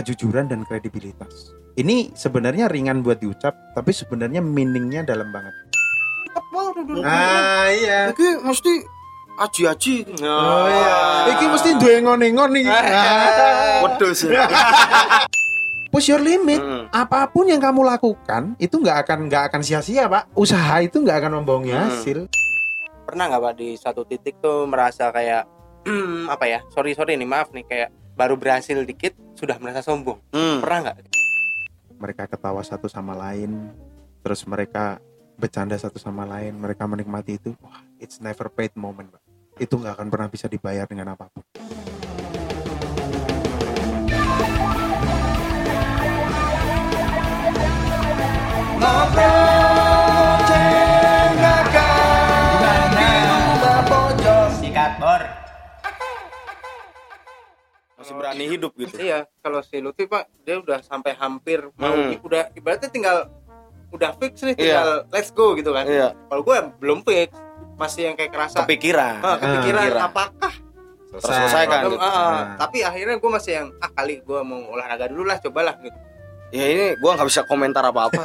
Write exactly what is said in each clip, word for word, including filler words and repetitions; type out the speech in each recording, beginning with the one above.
kejujuran dan kredibilitas. Ini sebenarnya ringan buat diucap, tapi sebenarnya meaningnya dalam banget. Ah iya. Iki mesti aji-aji. Oh iya. Iki mesti duwe ngon-ngon iki. Wedhus. Push your limit. Hmm. Apapun yang kamu lakukan itu nggak akan nggak akan sia-sia, Pak. Usaha itu nggak akan membohongi Hmm. hasil. Pernah nggak Pak di satu titik tuh merasa kayak apa ya? Sorry sorry nih maaf nih kayak baru berhasil dikit sudah merasa sombong. Hmm. Pernah nggak? Mereka ketawa satu sama lain, terus mereka bercanda satu sama lain, mereka menikmati itu. Wah, it's never paid moment, Pak. Itu nggak akan pernah bisa dibayar dengan apapun. Sikat bor. Masih berani hidup gitu. Iya, kalau si Lutfi Pak dia udah sampai hampir mau Hmm. udah ibaratnya tinggal udah fix nih tinggal let's go gitu kan. Iya. Kalau gue belum fix, masih yang kayak kerasa Kepikiran. ah, kepikiran Kepikiran. apakah Terselesaikan Ah, gitu. ah, Nah. tapi akhirnya gue masih yang ah kali gue mau olahraga dulu lah, cobalah gitu. Ya ini gua nggak bisa komentar apa-apa.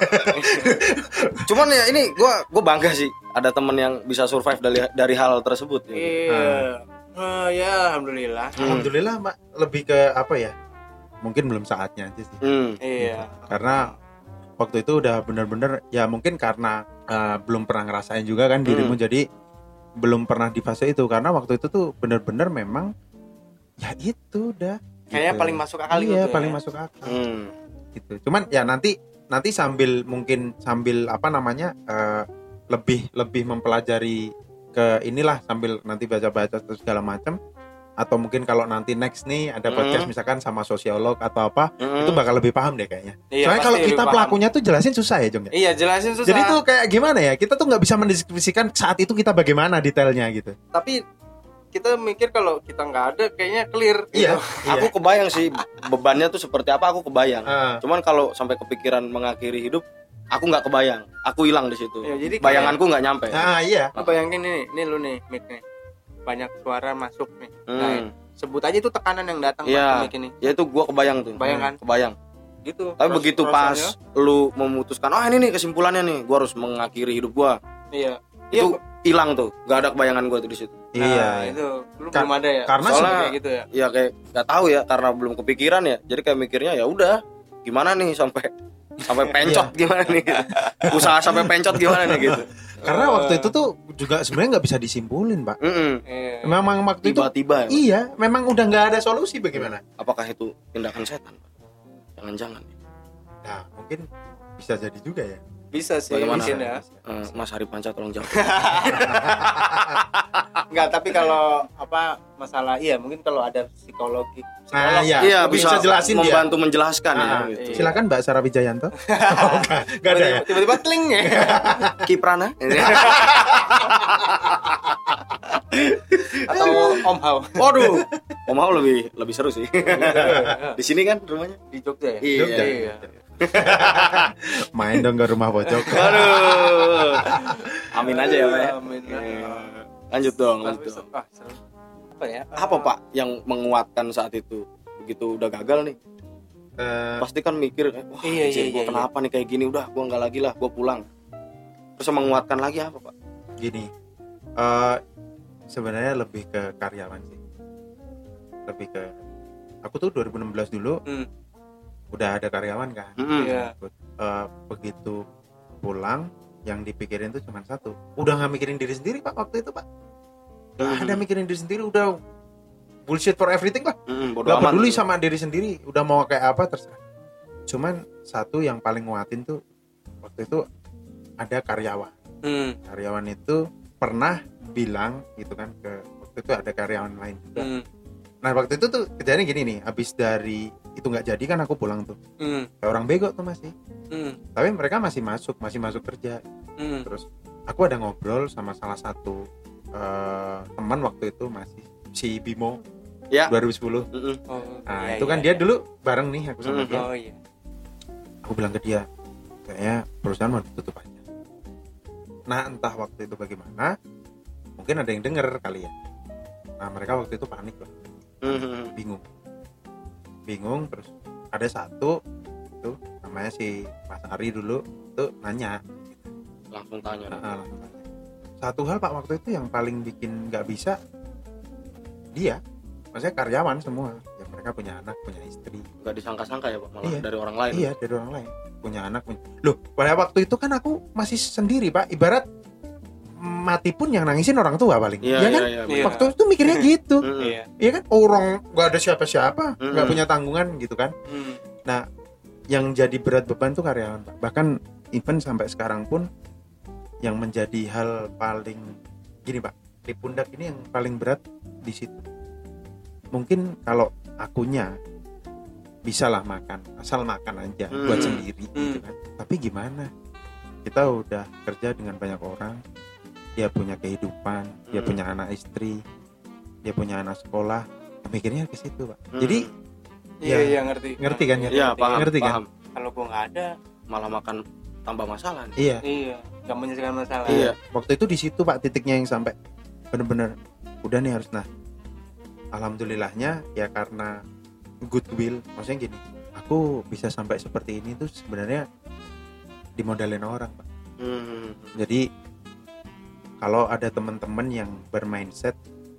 Cuman ya ini gua gua bangga sih ada temen yang bisa survive dari dari hal tersebut. Ya. Iya. Ah, ya alhamdulillah. Hmm. Alhamdulillah, Mak. Lebih ke apa ya? Mungkin belum saatnya aja sih. Hmm. Iya. Karena waktu itu udah bener-bener ya mungkin karena uh, belum pernah ngerasain juga kan dirimu, Hmm. jadi belum pernah di fase itu. Karena waktu itu tuh bener-bener memang ya itu udah Kayaknya gitu. paling masuk akal iya, gitu. paling ya. masuk akal Hmm. gitu. Cuman ya nanti nanti sambil mungkin sambil apa namanya uh, lebih lebih mempelajari ke inilah, sambil nanti baca-baca terus segala macam, atau mungkin kalau nanti next nih ada podcast Hmm. misalkan sama sosiolog atau apa, Hmm. itu bakal lebih paham deh kayaknya. Iya, Soalnya pasti kalau lebih kita paham. pelakunya tuh jelasin susah ya, Jong ya. Iya, jelasin susah. Jadi tuh kayak gimana ya? Kita tuh nggak bisa mendeskripsikan saat itu kita bagaimana detailnya gitu. tapi kita mikir kalau kita nggak ada kayaknya clear Iya. gitu. Aku kebayang sih bebannya tuh seperti apa, aku kebayang. Ah. Cuman kalau sampai kepikiran mengakhiri hidup, aku nggak kebayang. Aku hilang di situ. Ya, jadi kayak- Bayanganku nggak nyampe. Ah iya. Lu bayangin ini, nih lu nih mic nih. Banyak suara masuk nih. Nah, Hmm. sebut aja itu tekanan yang datang Iya. Pak, ke mic ini. Ya itu gua kebayang tuh. Bayang kan? Kebayang. Gitu. Tapi Pros- begitu prosesnya. pas lu memutuskan, oh ini nih kesimpulannya nih, gua harus mengakhiri hidup gua. Iya. Itu Iya, hilang tuh, gak ada kebayangan gua tuh di situ. nah, Iya. itu lu Ka- belum ada ya. karena Soalnya soalnya- kayak gitu ya. Ya kayak nggak tahu ya, karena belum kepikiran ya. Jadi kayak mikirnya ya udah, gimana nih sampai sampai pencot gimana nih? Gitu. Usaha sampai pencot gimana nih gitu. Karena waktu itu tuh juga sebenarnya nggak bisa disimpulin, Pak. Mm-mm. Iya. Memang waktu itu Tiba-tiba ya. iya, memang udah nggak ada solusi bagaimana. Apakah itu tindakan setan? Jangan-jangan. Nah, mungkin bisa jadi juga ya. Bisa sih Bagaimana? mungkin ya. Eh, Mas Hari Panca tolong jawab. Enggak, tapi kalau apa masalah iya mungkin kalau ada psikologi Nah, psikolog iya. Iya, Mungkin bisa, bisa jelasin dia. membantu menjelaskan ya. Ah, Gitu. silakan Mbak Sarah Wijayanto. Oh, enggak, enggak ada ya. tiba-tiba tling ya. Kiprana? Atau Om Hao Waduh, Om Hao lebih lebih seru sih. Di sini kan rumahnya. di Jogja ya. Iya. Jogja. Iya. Main dong ke rumah pojok. Aduh. Amin aja ya, Pak ya. Amin. Iya. Lanjut dong, lanjut dong. Ah, seru. Apa ya? Apa Pak yang menguatkan saat itu? Begitu udah gagal nih, Eh, pasti kan mikir, wah Iya, anjir, iya, gua iya, kenapa nih kayak gini? Udah, gua nggak lagi lah, gua pulang. Terus yang menguatkan lagi apa Pak? gini. Eh sebenarnya lebih ke karyawan sih. Lebih ke aku tuh dua ribu enam belas dulu Hmm. udah ada karyawan kan. Mm-mm. Iya. Eh, begitu pulang yang dipikirin tuh cuma satu, udah nggak mikirin diri sendiri Pak waktu itu Pak. Nggak Mhm. ada mikirin diri sendiri, udah bullshit for everything lah. Mm-mm, bodo Gak amat. peduli sama diri sendiri, udah mau kayak apa terserah. Cuman satu yang paling nguatin tuh waktu itu ada karyawan. Hmm. Karyawan itu pernah bilang gitu kan ke waktu itu ada karyawan lain juga. Hmm. Nah waktu itu tuh kejadiannya gini nih, abis dari itu nggak jadi kan aku pulang tuh Hmm. kayak orang bego tuh masih. Hmm. Tapi mereka masih masuk, masih masuk kerja. Hmm. Terus aku ada ngobrol sama salah satu eh, teman waktu itu masih si Bimo Ya. dua ribu sepuluh. Mm-mm. Oh, Nah iya, itu kan iya. dia dulu bareng nih aku sama Mhm. dia. Oh iya. Aku bilang ke dia kayaknya perusahaan mau ditutup aja. Nah entah waktu itu bagaimana, mungkin ada yang denger kali ya. Nah mereka waktu itu panik lah, Mhm. bingung bingung terus ada satu tuh namanya si Mas Ari dulu tuh nanya Langsung tanya. Nah, langsung tanya. Satu hal Pak waktu itu yang paling bikin nggak bisa dia, maksudnya karyawan semua, ya mereka punya anak, punya istri. Nggak disangka-sangka ya Pak, malah Iya. dari orang lain. Iya dari orang lain, punya anak, punya. Loh pada waktu itu kan aku masih sendiri Pak, ibarat mati pun yang nangisin orang tua paling, Iya, ya iya, kan? iya. Iya. Waktu itu mikirnya gitu, Mm-mm. Iya. ya kan? Orang nggak ada siapa-siapa, nggak Mm-mm. punya tanggungan gitu kan? Hmm. Yang jadi berat beban tuh karyawan Pak. Bahkan even sampai sekarang pun yang menjadi hal paling gini Pak, di pundak ini yang paling berat di situ. Mungkin kalau akunya bisa lah makan, asal makan aja Hmm. buat sendiri Hmm. gitu kan. Tapi gimana? Kita udah kerja dengan banyak orang, dia punya kehidupan, dia Hmm. punya anak istri, dia punya anak sekolah, mikirnya ke situ Pak. Hmm. Jadi Iya, Ya. iya ngerti. Ngerti kan ya? Iya, paham, Ngerti kan? paham. Kalau gua nggak ada, Malah makan tambah masalah nih. iya. iya, nggak menyelesaikan masalah. Iya. Waktu itu di situ Pak titiknya yang sampai bener-bener udah nih harus, nah alhamdulillahnya ya karena goodwill, maksudnya gini, aku bisa sampai seperti ini tuh sebenarnya dimodalin orang Pak. Hmm. Jadi kalau ada teman-teman yang bermindset,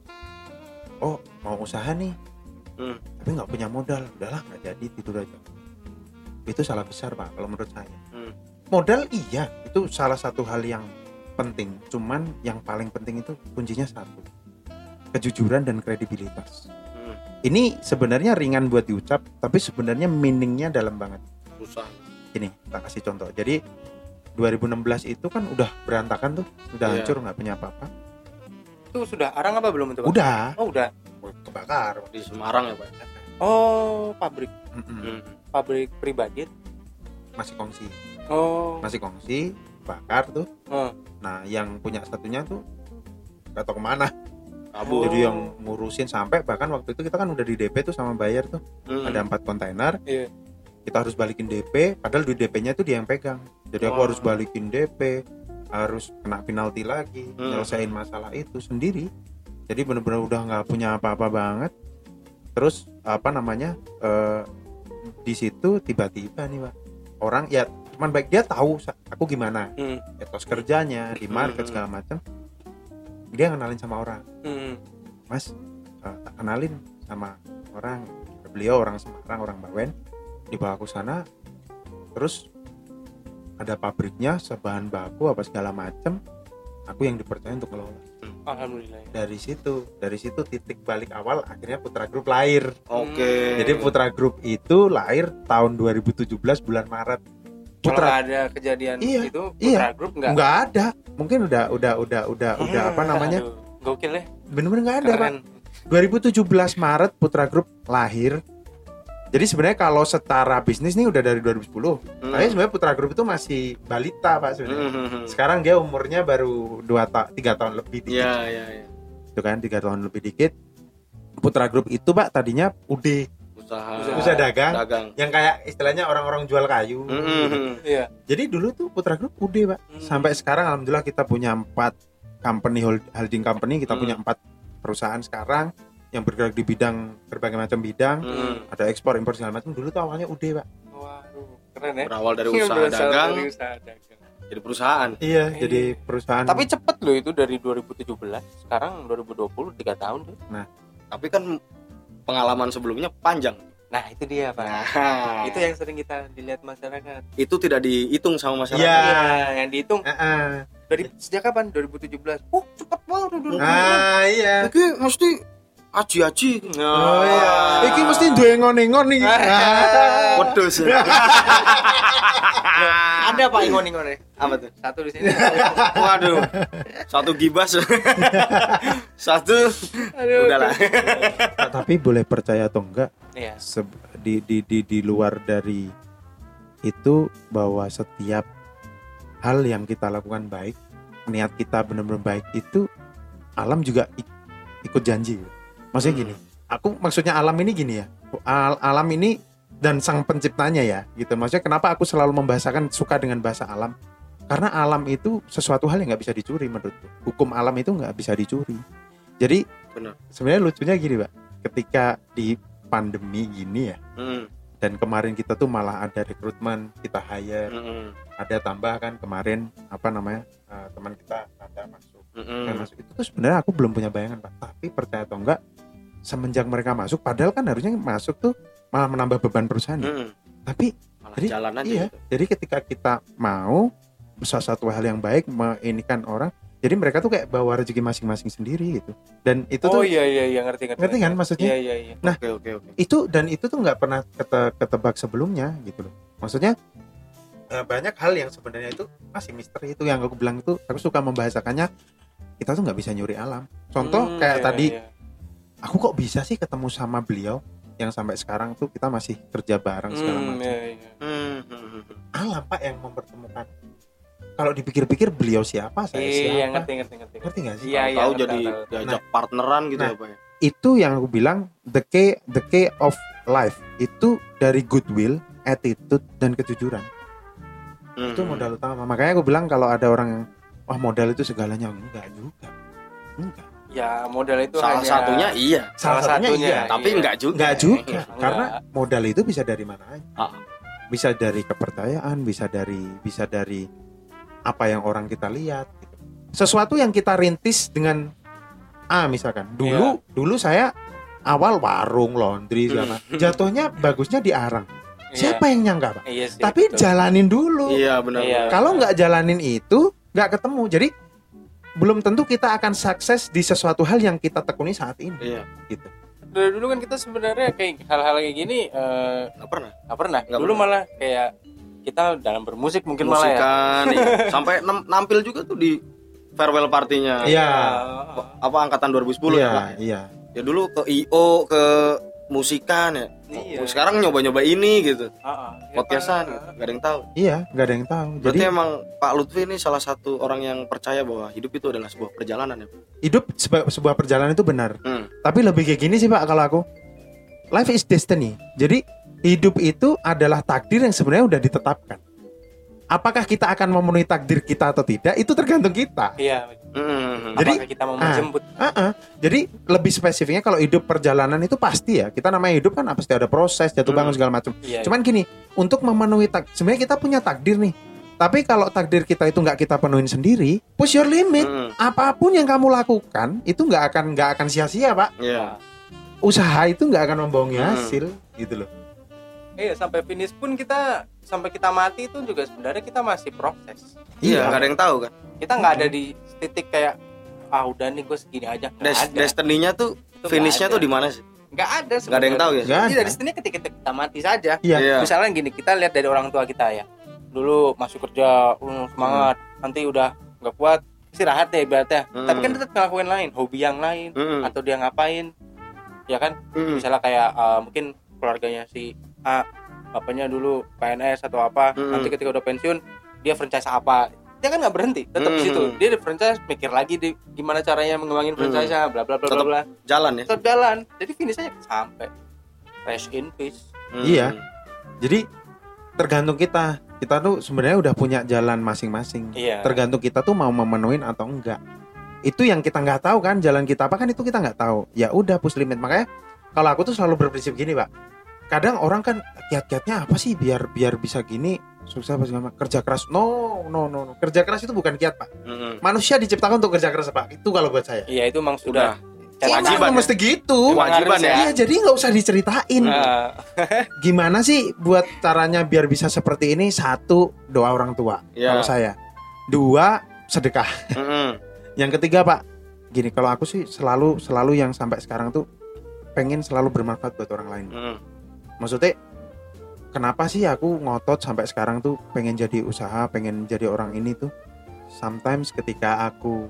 oh mau usaha nih Hmm. tapi nggak punya modal, udahlah nggak jadi, tidur aja, itu salah besar Pak kalau menurut saya. Hmm. Modal iya itu salah satu hal yang penting, cuman yang paling penting itu kuncinya satu, kejujuran dan kredibilitas. Hmm. Ini sebenarnya ringan buat diucap, tapi sebenarnya meaningnya dalam banget. Susah. Ini tak kasih contoh. Jadi dua ribu enam belas itu kan udah berantakan tuh, udah Iya. hancur, nggak punya apa-apa. Itu sudah arang apa belum itu, Pak? Udah Oh, udah. kebakar. Di Semarang ya Pak. Oh, pabrik Mm-mm. Hmm. pabrik pribadi. Masih kongsi, Oh. masih kongsi, bakar tuh. Oh. Nah yang punya satunya tuh nggak tahu kemana. Kabur. Jadi yang ngurusin sampai bahkan waktu itu kita kan udah di D P tuh sama bayar tuh, Hmm. ada empat kontainer. Iya. Kita harus balikin D P, padahal di D P-nya tuh dia yang pegang. Jadi aku Wah. harus balikin D P, harus kena penalti lagi, Hmm. nyelesain masalah itu sendiri. Jadi bener-bener udah nggak punya apa-apa banget. Terus apa namanya eh, di situ tiba-tiba nih Pak, orang ya cuman baik dia tahu sa- aku gimana, Hmm. etos kerjanya di market Hmm. segala macam. Dia kenalin sama orang, Hmm. Mas eh, tak kenalin sama orang, beliau orang Semarang, orang Bawen, dibawa aku sana, terus ada pabriknya, sebahan baku apa segala macam, aku yang dipercaya untuk ngelola. Alhamdulillah. Dari situ, dari situ titik balik awal akhirnya Putra Group lahir. Oke. Jadi Putra Group itu lahir tahun dua ribu tujuh belas bulan Maret. Kalau Putra nggak ada kejadian Iya, itu, iya. Putra Group nggak. nggak ada, mungkin udah udah udah udah udah apa namanya, Aduh, gokil ya. bener-bener nggak ada Pak. Keren. dua ribu tujuh belas Maret Putra Group lahir. Jadi sebenarnya kalau secara bisnis nih udah dari dua ribu sepuluh. Hmm. Tapi sebenarnya Putra Group itu masih balita Pak sebenarnya. Hmm, hmm, hmm. Sekarang dia umurnya baru dua ta- tiga tahun lebih dikit. Iya, iya, iya. Itu kan tiga tahun lebih dikit. Putra Group itu Pak tadinya U D, Usaha. usaha dagang, Dagang. yang kayak istilahnya orang-orang jual kayu. Hmm, hmm, hmm. Iya. Jadi dulu tuh Putra Group U D Pak. Hmm. Sampai sekarang alhamdulillah kita punya empat company hold- holding company, kita Hmm. punya empat perusahaan sekarang yang bergerak di bidang berbagai macam bidang. Hmm. Ada ekspor impor segala macam. Dulu tuh awalnya U D Pak. Waduh, keren ya. Berawal dari Iya, usaha berasal dagang dari usaha dagang. jadi perusahaan. Iya, Iya. jadi perusahaan. Tapi cepet loh itu dari dua ribu tujuh belas, sekarang dua ribu dua puluh, tiga tahun tuh. Tapi kan pengalaman sebelumnya panjang. Nah, itu dia, Pak. Nah, Itu yang sering kita dilihat masyarakat. itu tidak dihitung sama masyarakat. Iya. Iya, yang dihitung Heeh. dari sejak kapan? dua ribu tujuh belas. Oh, cepet banget dua ribu tujuh belas. Ah, iya. Iki mesti aji-aji. Oh iya. Iki mesti duwe ngon-ngon nih. Ah. Wedhus. Ada Pak ingon-ingon ya? Apa tuh? Satu di sini. Waduh. Satu gibas. Satu. Aduh. Udahlah. Tapi boleh percaya atau enggak, Iya. se- di, di di di luar dari itu bahwa setiap hal yang kita lakukan baik, niat kita benar-benar baik itu alam juga ik- ikut janji. Maksudnya Hmm. gini, aku maksudnya alam ini gini ya, al- alam ini dan sang penciptanya ya, gitu. Maksudnya kenapa aku selalu membahasakan suka dengan bahasa alam? Karena alam itu sesuatu hal yang nggak bisa dicuri menurutku. Hukum alam itu nggak bisa dicuri. Jadi Benar. sebenarnya lucunya gini Pak, ketika di pandemi gini ya, Hmm. dan kemarin kita tuh malah ada rekrutmen, kita hire, Mm-mm. ada tambah kan kemarin apa namanya uh, teman kita ada masuk, Mm-mm. dan masuk itu tuh sebenarnya aku belum punya bayangan Pak, tapi percaya atau enggak semenjak mereka masuk, padahal kan harusnya masuk tuh malah menambah beban perusahaan, Mm-mm. tapi Malah Jadi, jalan aja iya, gitu. jadi ketika kita mau sesuatu hal yang baik meinikan orang, jadi mereka tuh kayak bawa rezeki masing-masing sendiri gitu, dan itu Oh tuh iya iya iya ngerti ngerti. ngerti kan maksudnya? Iya iya iya. Nah, Oke oke oke. itu dan itu tuh nggak pernah kete- ketebak sebelumnya gitu loh. Maksudnya eh, banyak hal yang sebenarnya itu masih misteri, itu yang aku bilang itu aku suka membahasakannya, kita tuh nggak bisa nyuri alam. Contoh Hmm, kayak iya, tadi iya. aku kok bisa sih ketemu sama beliau yang sampai sekarang tuh kita masih kerja bareng segala Hmm, macam. iya, iya. Hmm, hmm, hmm. Alam Pak yang mempertemukan. Kalau dipikir-pikir beliau siapa, saya Iya siapa, ngerti ngerti ngerti. ngerti nggak sih? Iya iya. Tahu ngerti, jadi ngerti. diajak partneran gitu Nah, apa ya? Itu yang aku bilang the key the key of life itu dari goodwill, attitude dan kejujuran. Hmm. Itu modal utama. Makanya aku bilang kalau ada orang yang wah modal itu segalanya, enggak juga. Enggak. Ya modal itu Salah hanya satunya iya, salah satunya, iya. tapi iya. enggak juga. Enggak juga. Enggak. Karena modal itu bisa dari mana aja. Ah. Bisa dari kepercayaan, bisa dari bisa dari apa yang orang kita lihat gitu. Sesuatu yang kita rintis dengan A misalkan. Dulu dulu saya awal warung laundry segala macam. Jatuhnya bagusnya di Arang. Iya. Siapa yang nyangka, Pak? Iya sih, Tapi betul. jalanin dulu. Iya benar. Iya. Kalau nggak jalanin itu, nggak ketemu. Jadi belum tentu kita akan sukses di sesuatu hal yang kita tekuni saat ini. Iya. Gitu. Dari dulu kan kita sebenarnya kayak hal-hal kayak gini eh, Enggak pernah. nggak pernah. Nggak Dulu pernah. malah kayak kita dalam bermusik mungkin malah ya. Musikan, iya. Sampai nem- nampil juga tuh di farewell partinya. Iya. Apa angkatan dua ribu sepuluh ya, Pak? Iya, iya. Ya dulu ke I O, ke musikan ya. Iya. Sekarang nyoba-nyoba ini gitu. Heeh. Podcastan gitu. Gak ada yang tahu. Iya, nggak ada yang tahu. Berarti Jadi emang Pak Lutfi ini salah satu orang yang percaya bahwa hidup itu adalah sebuah perjalanan ya. hidup seba- sebuah perjalanan itu benar. Hmm. Tapi lebih kayak gini sih Pak kalau aku. Life is destiny. Jadi hidup itu adalah takdir yang sebenarnya udah ditetapkan. Apakah kita akan memenuhi takdir kita atau tidak, itu tergantung kita. Iya. Hmm. Jadi- Apakah kita mau ah. menjemput? Uh-uh. Jadi lebih spesifiknya kalau hidup perjalanan itu pasti ya. Kita namanya hidup kan pasti ada proses, jatuh bangun Hmm. segala macam. Iya. Cuman gini, untuk memenuhi tak, sebenarnya kita punya takdir nih. Tapi kalau takdir kita itu nggak kita penuhin sendiri, push your limit. Hmm. Apapun yang kamu lakukan itu nggak akan nggak akan sia-sia Pak. Iya. Usaha itu nggak akan membohongi Hmm. hasil, gitu loh. Iya, sampai finish pun kita sampai kita mati itu juga sebenarnya kita masih proses. Iya, nggak ada yang tahu kan. Kita nggak ada di titik kayak ah udah nih gue segini aja. Nggak Des- ada. Destiny-nya tuh Itu finishnya nggak tuh di mana sih? Nggak ada. Nggak ada yang tahu ya. Nggak Iya, ada. dari sini ketika kita mati saja. Iya. Iya. Misalnya gini, kita lihat dari orang tua kita ya. Dulu masuk kerja, uh, semangat. Nanti udah nggak kuat, istirahat deh ibaratnya. Hmm. Tapi kan tetap ngelakuin lain, hobi yang lain, Hmm. atau dia ngapain, ya kan? Hmm. Misalnya kayak uh, mungkin keluarganya si A, bapaknya dulu P N S atau apa. Hmm. Nanti ketika udah pensiun, dia franchise apa? Dia kan nggak berhenti, tetap di Hmm. situ. Dia di franchise, mikir lagi di gimana caranya mengembangin franchise-nya, bla bla bla bla Tetap bla. Jalan ya. Tetap jalan. Jadi finishnya sampai rest in peace. Hmm. Iya. Jadi tergantung kita. Kita tuh sebenarnya udah punya jalan masing-masing. Iya. Tergantung kita tuh mau memenuhin atau enggak. Itu yang kita nggak tahu kan, jalan kita apa kan itu kita nggak tahu. Ya udah push limit. Makanya kalau aku tuh selalu berprinsip gini, Pak. Kadang orang kan kiat-kiatnya apa sih biar biar bisa gini sukses apa segala macam. Kerja keras. No, no, no, no. Kerja keras itu bukan kiat, Pak. Hmm. Manusia diciptakan untuk kerja keras, Pak. Itu kalau buat saya. Iya, itu memang sudah Kewajiban Emang ya? mesti gitu. Kewajiban ya. Iya, jadi nggak usah diceritain. Nah, Gimana sih buat caranya biar bisa seperti ini? Satu, doa orang tua. Iya. Kalau saya. Dua, sedekah. Hmm. Yang ketiga, Pak, gini, kalau aku sih selalu selalu yang sampai sekarang tuh pengen selalu bermanfaat buat orang lain. Hmm. Maksudnya kenapa sih aku ngotot sampai sekarang tuh pengen jadi usaha, pengen jadi orang ini tuh? Sometimes ketika aku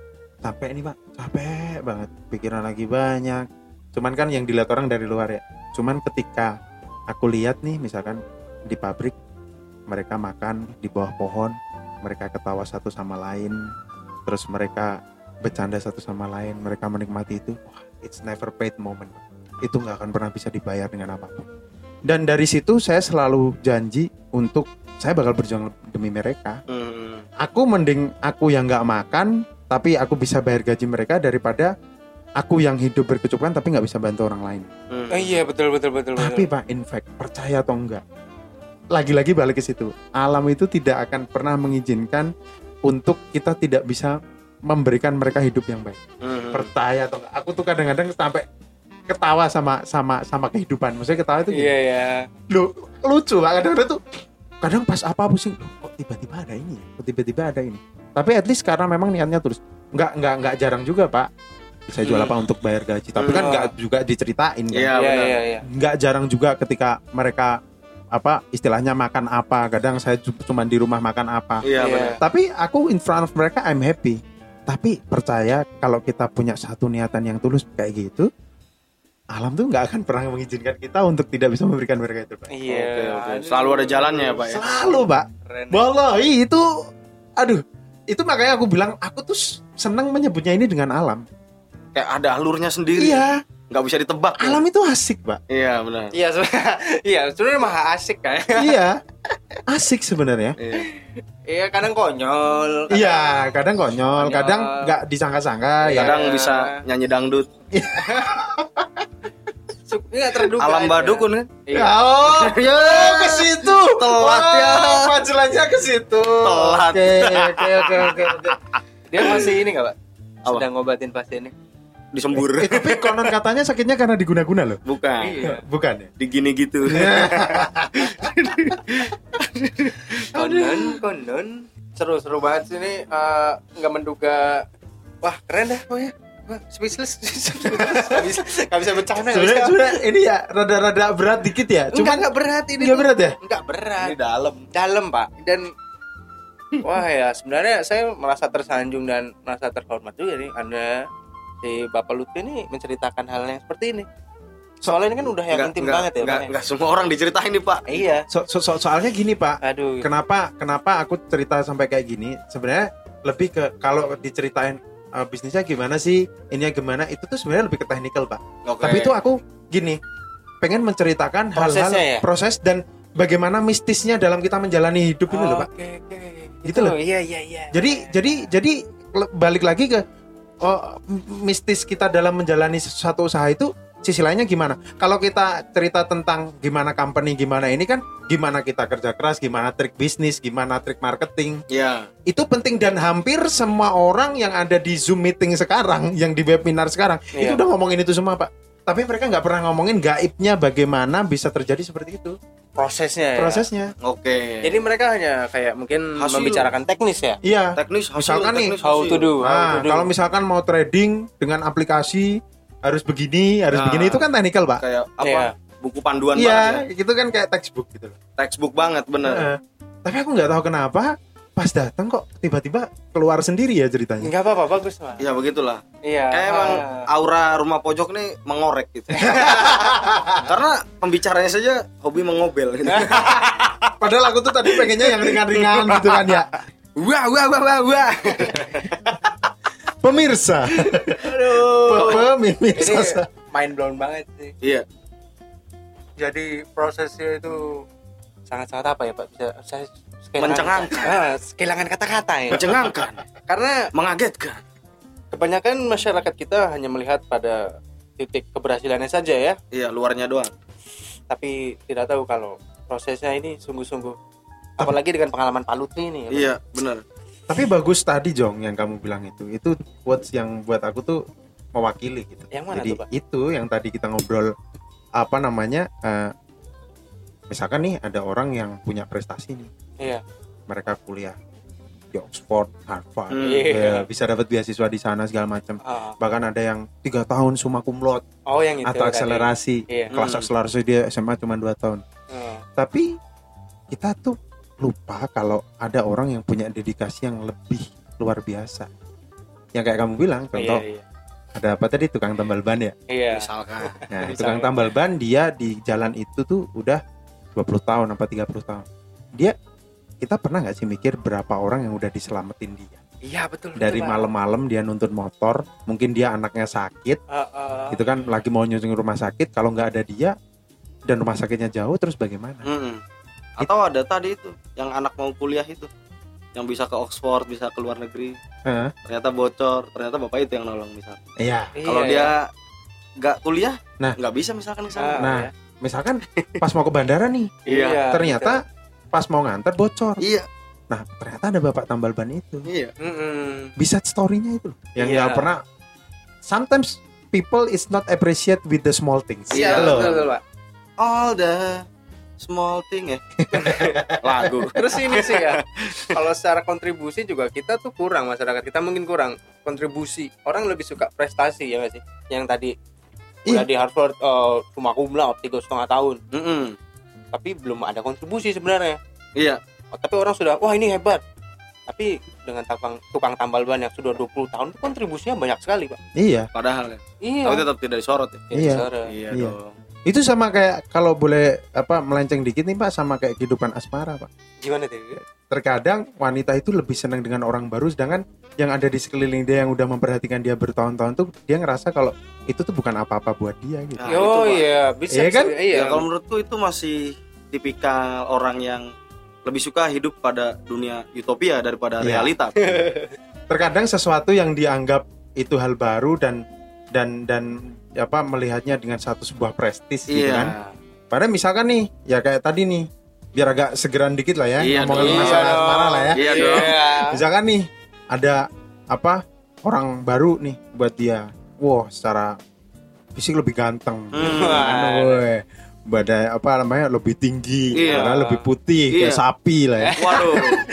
capek nih, Pak, capek banget, pikiran lagi banyak. Cuman kan yang dilihat orang dari luar ya. Cuman ketika aku lihat nih, misalkan di pabrik mereka makan di bawah pohon, mereka ketawa satu sama lain, terus mereka bercanda satu sama lain, mereka menikmati itu. Wah, it's never paid moment. Itu nggak akan pernah bisa dibayar dengan apapun. Dan dari situ saya selalu janji untuk saya bakal berjuang demi mereka. Hmm. Aku mending aku yang nggak makan, tapi aku bisa bayar gaji mereka daripada aku yang hidup berkecukupan tapi nggak bisa bantu orang lain. Hmm. Oh, iya betul betul betul. Tapi betul. Pak, in fact, percaya atau enggak, lagi-lagi balik ke situ. Alam itu tidak akan pernah mengizinkan untuk kita tidak bisa memberikan mereka hidup yang baik. Hmm. Percaya atau enggak? Aku tuh kadang-kadang sampai ketawa sama sama sama kehidupan. Maksudnya ketawa itu gini. Iya ya. Loh, lucu Pak. Kadang-kadang tuh kadang pas apa pusing, loh, kok tiba-tiba ada ini ya? Kok tiba-tiba ada ini. Tapi at least karena memang niatnya terus. Enggak enggak enggak jarang juga, Pak. Saya jual apa untuk bayar gaji, tapi kan Hmm. nggak juga diceritain kan. Iya, Iya benar. iya iya. Nggak jarang juga ketika mereka apa istilahnya makan apa, kadang saya cuma di rumah makan apa. Iya, Iya. benar. Tapi aku in front of mereka I'm happy. Tapi percaya kalau kita punya satu niatan yang tulus kayak gitu, alam tuh nggak akan pernah mengizinkan kita untuk tidak bisa memberikan mereka itu, Pak. Iya. Oke, oke. Aduh. Selalu ada jalannya ya, Pak ya. Selalu, Pak. Keren. Wallahi itu, aduh, itu makanya aku bilang aku tuh senang menyebutnya ini dengan alam. Kayak ada alurnya sendiri. Iya, Nggak bisa ditebak. ya. alam itu asik, Pak. Iya, benar. Iya sebenarnya. Iya sebenarnya mah asik kan. Iya, asik sebenarnya. Iya. Iya kadang konyol. kadang- Iya, kadang konyol, Konyol. kadang nggak disangka-sangka ya. Kadang Iya. bisa nyanyi dangdut. Su- Nggak terduga. Alam aja. badukun kan. Iya. Oh, Ya. oh, ke situ. Telat ya. Oh, pancelannya ke situ. Telat. Oke, oke, oke, oke, oke. Dia masih ini nggak pak? Apa? Sedang ngobatin pasiennya. Disembur. Eh, tapi konon katanya sakitnya karena diguna-guna loh. Bukan. Iya. Bukan ya? Digini gitu. Konon, konon. Seru-seru banget sih ini. eh, Nggak menduga. Wah keren dah pokoknya. Wah speechless. Nggak bisa, nggak bisa bercanda. nggak Sebenarnya bisa. sebenarnya ini ya rada-rada berat dikit ya. Enggak, Cuma enggak berat ini. nggak tuh. berat ya? Enggak berat. Ini dalam. Dalam pak. Dan wah ya sebenarnya saya merasa tersanjung dan merasa terhormat juga nih Anda si Bapak Lutfi ini menceritakan hal yang seperti ini. Soalnya ini kan udah yang Nggak- intim nggak- banget ya nggak- Pak. ya? nggak semua orang diceritain nih, Pak. Iya. So, so- so- soalnya gini Pak, Aduh. kenapa kenapa aku cerita sampai kayak gini? Sebenarnya lebih ke kalau diceritain uh, bisnisnya gimana sih, ininya gimana, itu tuh sebenarnya lebih ke teknikal Pak. Oke. Tapi itu aku gini, pengen menceritakan hal-hal Prosesnya ya? proses dan bagaimana mistisnya dalam kita menjalani hidup ini loh Pak. Oke, oke. Gitu loh. Iya, iya, iya. Jadi jadi jadi le- balik lagi ke oh, m- mistis kita dalam menjalani suatu usaha itu sisi lainnya gimana? Kalau kita cerita tentang gimana company, gimana ini kan, gimana kita kerja keras, gimana trik bisnis, gimana trik marketing, Iya. itu penting dan hampir semua orang yang ada di Zoom meeting sekarang, yang di webinar sekarang, itu Iya. udah ngomongin itu semua Pak. Tapi mereka nggak pernah ngomongin gaibnya bagaimana bisa terjadi seperti itu prosesnya ya. prosesnya. Oke. Jadi mereka hanya kayak mungkin Hasil. membicarakan teknis ya. Iya. teknis hasil, Misalkan nih, teknis How hasil. to do. how Nah, to do. kalau misalkan mau trading dengan aplikasi harus begini, harus Nah. begini, itu kan teknikal, Pak. Kayak apa? Iya. Buku panduan banget ya. Iya, gitu kan kayak textbook gitu loh. Textbook banget, bener. Heeh. Tapi aku nggak tahu kenapa pas datang kok tiba-tiba keluar sendiri ya ceritanya. Enggak apa-apa, bagus Pak. Iya, begitulah. Iya. Kayak emang Ah. aura rumah pojok nih mengorek gitu. Karena pembicaranya saja hobi mengobel gitu. Padahal aku tuh tadi pengennya yang ringan-ringan gitu kan ya. Wah, wah, wah, wah, wah. Pemirsa. Aduh. Ini Pemirsa. mind blown banget sih. Iya. Jadi prosesnya itu sangat-sangat apa ya Pak? Bisa saya Mencengangkan. Ah, kehilangan kata-kata ya. Mencengangkan, Karena mengagetkan. kebanyakan masyarakat kita hanya melihat pada titik keberhasilannya saja ya, Iya, luarnya doang. tapi tidak tahu kalau prosesnya ini sungguh-sungguh. Apalagi dengan pengalaman Pak Lutfi ini ya. Pak. Iya, bener. Tapi bagus tadi Jong yang kamu bilang itu. Itu quotes yang buat aku tuh mewakili gitu. Yang mana Jadi tuh, Pak? itu yang tadi kita ngobrol apa namanya? eh, misalkan nih ada orang yang punya prestasi nih. Iya. Mereka kuliah di Oxford, Harvard, Hmm. ya, bisa dapat beasiswa di sana segala macam. Ah. Bahkan ada yang tiga tahun summa cum laude Oh yang itu atau tadi. akselerasi. Iya. Kelas Hmm. akselerasi dia S M A cuma dua tahun. Ah. Tapi kita tuh lupa kalau ada orang yang punya dedikasi yang lebih luar biasa. Yang kayak kamu bilang, contoh Iya, iya. ada apa tadi tukang tambal ban ya. Iya. Misalkan. Nah, Misalnya. tukang tambal ban dia di jalan itu tuh udah dua puluh tahun apa tiga puluh tahun. Dia kita pernah nggak sih mikir berapa orang yang udah diselamatin dia? Iya betul. betul, Dari Pak. malam-malam dia nuntun motor, mungkin dia anaknya sakit, Ah, ah. gitu kan lagi mau nyusun rumah sakit, kalau nggak ada dia dan rumah sakitnya jauh terus bagaimana? Mm-mm. Atau ada tadi itu yang anak mau kuliah itu, yang bisa ke Oxford, bisa ke luar negeri. Heeh. ternyata bocor, ternyata bapak itu yang nolong misalkan. Iya. Kalau Iya, dia nggak kuliah, Nah. nggak bisa misalkan ke sana. Ah, Nah, iya. misalkan pas mau ke bandara nih, Iya. ternyata pas mau nganter bocor. Iya, Nah, ternyata ada bapak tambal ban itu. iya. Mm-mm. Bisa story-nya itu loh. Yang Iya. nggak pernah. Sometimes people is not appreciate with the small things. Iya, Gitu loh. betul, betul, Pak. All the small thing ya. Lagu. Terus ini sih ya, kalau secara kontribusi juga kita tuh kurang, masyarakat kita mungkin kurang kontribusi. Orang lebih suka prestasi ya nggak sih? Yang tadi Iya. udah di Harvard uh, summa cum laude tiga setengah tahun, Mm-mm. tapi belum ada kontribusi sebenarnya. Iya. Oh, tapi orang sudah, wah ini hebat. Tapi dengan tukang, tukang tambal ban yang sudah dua puluh tahun itu kontribusinya banyak sekali, Pak. Iya. Padahal ya. Iya. Tapi tetap tidak disorot ya. Iya. Saudara. Iya, Iya. dong. Itu sama kayak kalau boleh apa melenceng dikit nih Pak, sama kayak kehidupan asmara Pak. Gimana tuh? Terkadang wanita itu lebih senang dengan orang baru, sedangkan yang ada di sekeliling dia yang udah memperhatikan dia bertahun-tahun tuh dia ngerasa kalau itu tuh bukan apa-apa buat dia gitu. Nah, Oh itu, Pak. iya, bisa Iya kan? sih, Iya. Ya, kalau menurutku itu masih tipikal orang yang lebih suka hidup pada dunia utopia daripada Iya. realita. Terkadang sesuatu yang dianggap itu hal baru dan dan dan apa melihatnya dengan satu sebuah prestis gitu kan. Iya. Padahal misalkan nih, ya kayak tadi nih, biar agak segeran dikit lah ya, Iya ngomongin dong. masalah asmara lah ya. Iya dong. Misalkan nih ada apa orang baru nih buat dia, wow secara fisik lebih ganteng, Hmm. anu, weh. Badan apa namanya lebih tinggi, Iya. padahal lebih putih kayak Iya. sapi lah ya. Waduh.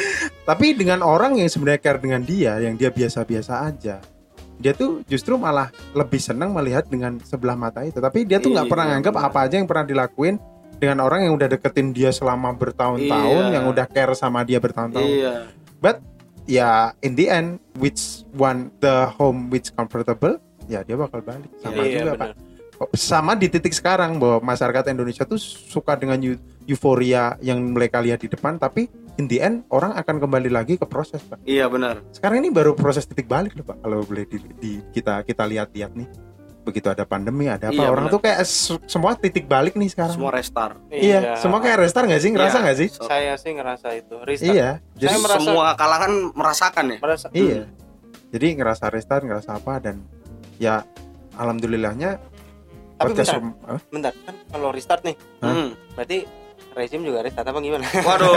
Tapi dengan orang yang sebenarnya care dengan dia, yang dia biasa-biasa aja, dia tuh justru malah lebih senang melihat dengan sebelah mata itu. Tapi dia tuh nggak Iya, pernah nganggap benar. apa aja yang pernah dilakuin dengan orang yang udah deketin dia selama bertahun-tahun, Iya. yang udah care sama dia bertahun-tahun. Iya. But ya in the end, which one the home which comfortable, ya dia bakal balik. Sama Iya, juga benar. Pak. Sama di titik sekarang bahwa masyarakat Indonesia tuh suka dengan eu- euforia yang mereka lihat di depan, tapi in the end orang akan kembali lagi ke proses Pak. Iya benar. Sekarang ini baru proses titik balik loh Pak, kalau boleh di, di- kita kita lihat-lihat nih. Begitu ada pandemi, ada apa, Iya, orang benar. tuh kayak se- semua titik balik nih sekarang. Semua restart. Iya, semua kayak restart nggak sih, ngerasa Iya. nggak sih? So- Saya sih ngerasa itu. Restart. Iya, jadi Saya merasa- semua kalangan merasakan ya. Merasa iya. Jadi ngerasa restart, ngerasa apa, dan ya alhamdulillahnya Tapi podcast bentar, rum- Hah? bentar kan kalau restart nih, Hah? Hmm. berarti rezim juga restart apa gimana? Waduh.